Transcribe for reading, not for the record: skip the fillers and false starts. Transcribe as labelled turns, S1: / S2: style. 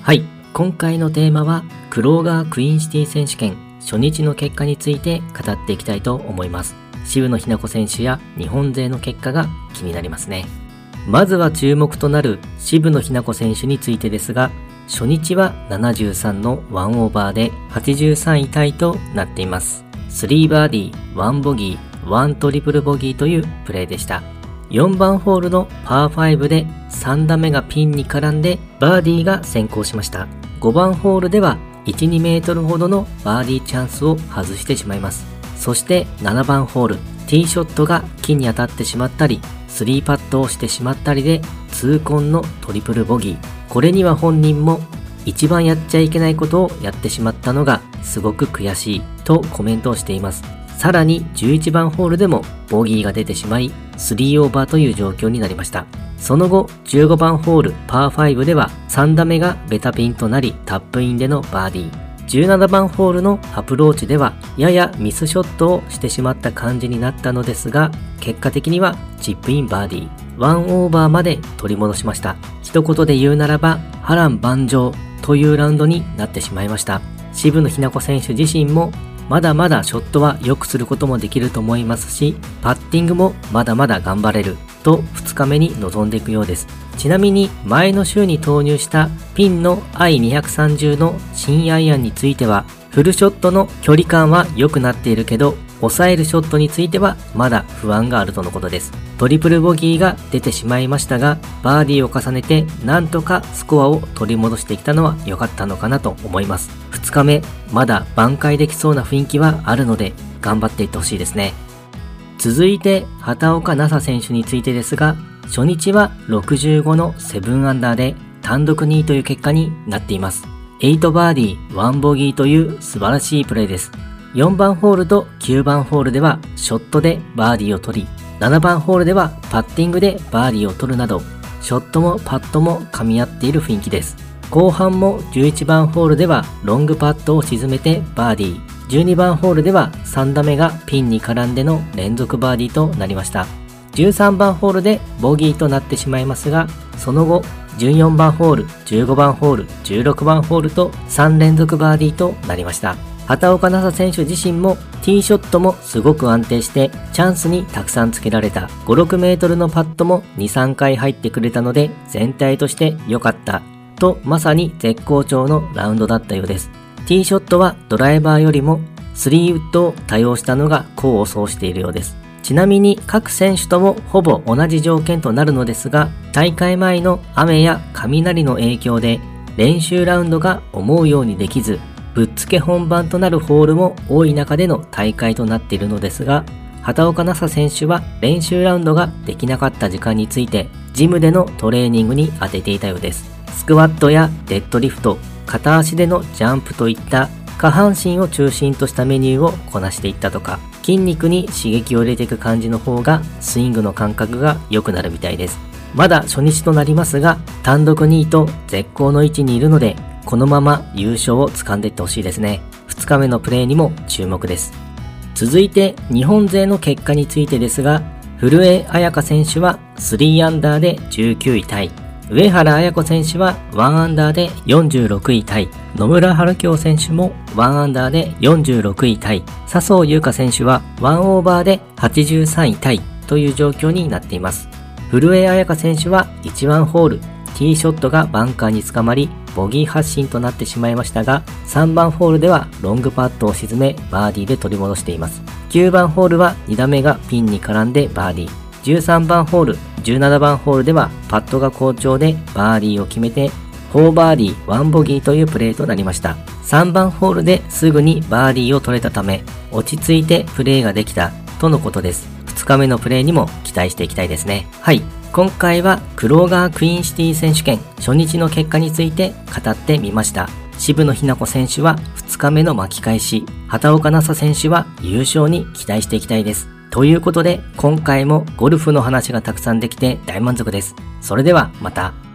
S1: はい、今回のテーマはクローガークイーンシティ選手権初日の結果について語っていきたいと思います。渋野日向子選手や日本勢の結果が気になりますね。まずは注目となる渋野日向子選手についてですが、初日は73の1オーバーで83位タイとなっています。3バーディー、1ボギー、1トリプルボギーというプレーでした。4番ホールのパー5で3打目がピンに絡んでバーディーが先行しました。5番ホールでは 1,2 メートルほどのバーディーチャンスを外してしまいます。そして7番ホール、ティーショットが木に当たってしまったり、3パットをしてしまったりで痛恨のトリプルボギー。これには本人も一番やっちゃいけないことをやってしまったのがすごく悔しいとコメントをしています。さらに11番ホールでもボギーが出てしまい3オーバーという状況になりました。その後15番ホールパー5では3打目がベタピンとなりタップインでのバーディー。17番ホールのアプローチではややミスショットをしてしまった感じになったのですが、結果的にはチップインバーディー、1オーバーまで取り戻しました。一言で言うならば波乱万丈というラウンドになってしまいました。渋野日向子選手自身もまだまだショットは良くすることもできると思いますし、パッティングもまだまだ頑張れると2日目に臨んでいくようです。ちなみに前の週に投入したピンの I230 の新アイアンについてはフルショットの距離感は良くなっているけど、抑えるショットについてはまだ不安があるとのことです。トリプルボギーが出てしまいましたが、バーディーを重ねてなんとかスコアを取り戻してきたのは良かったのかなと思います。2日目、まだ挽回できそうな雰囲気はあるので頑張っていってほしいですね。続いて畑岡奈紗選手についてですが、初日は65の7アンダーで単独2位という結果になっています。8バーディー、1ボギーという素晴らしいプレーです。4番ホールと9番ホールではショットでバーディーを取り、7番ホールではパッティングでバーディーを取るなど、ショットもパットも噛み合っている雰囲気です。後半も11番ホールではロングパットを沈めてバーディー、12番ホールでは3打目がピンに絡んでの連続バーディーとなりました。13番ホールでボギーとなってしまいますが、その後14番ホール、15番ホール、16番ホールと3連続バーディーとなりました。畑岡奈紗選手自身もティーショットもすごく安定してチャンスにたくさんつけられた。5、6メートルのパットも2、3回入ってくれたので全体として良かったと、まさに絶好調のラウンドだったようです。ティーショットはドライバーよりも3ウッドを多用したのが功を奏しているようです。ちなみに各選手ともほぼ同じ条件となるのですが、大会前の雨や雷の影響で練習ラウンドが思うようにできず、ぶっつけ本番となるホールも多い中での大会となっているのですが、畑岡奈紗選手は練習ラウンドができなかった時間についてジムでのトレーニングに当てていたようです。スクワットやデッドリフト、片足でのジャンプといった下半身を中心としたメニューをこなしていったとか、筋肉に刺激を入れていく感じの方がスイングの感覚が良くなるみたいです。まだ初日となりますが、単独2位と絶好の位置にいるので、このまま優勝を掴んでいってほしいですね。2日目のプレーにも注目です。続いて日本勢の結果についてですが、古江彩佳選手は3アンダーで19位タイ、上原彩子選手は1アンダーで46位タイ、野村春京選手も1アンダーで46位タイ、笹生優花選手は1オーバーで83位タイという状況になっています。古江彩佳選手は1番ホール、ティーショットがバンカーにつかまりボギー発進となってしまいましたが、3番ホールではロングパットを沈めバーディーで取り戻しています。9番ホールは2打目がピンに絡んでバーディー、13番ホール、17番ホールではパットが好調でバーディーを決めて4バーディー1ボギーというプレーとなりました。3番ホールですぐにバーディーを取れたため落ち着いてプレーができたとのことです。2日目のプレーにも期待していきたいですね。はい、今回はクローガークイーンシティ選手権初日の結果について語ってみました。渋野日向子選手は2日目の巻き返し、畑岡奈紗選手は優勝に期待していきたいです。ということで今回もゴルフの話がたくさんできて大満足です。それではまた。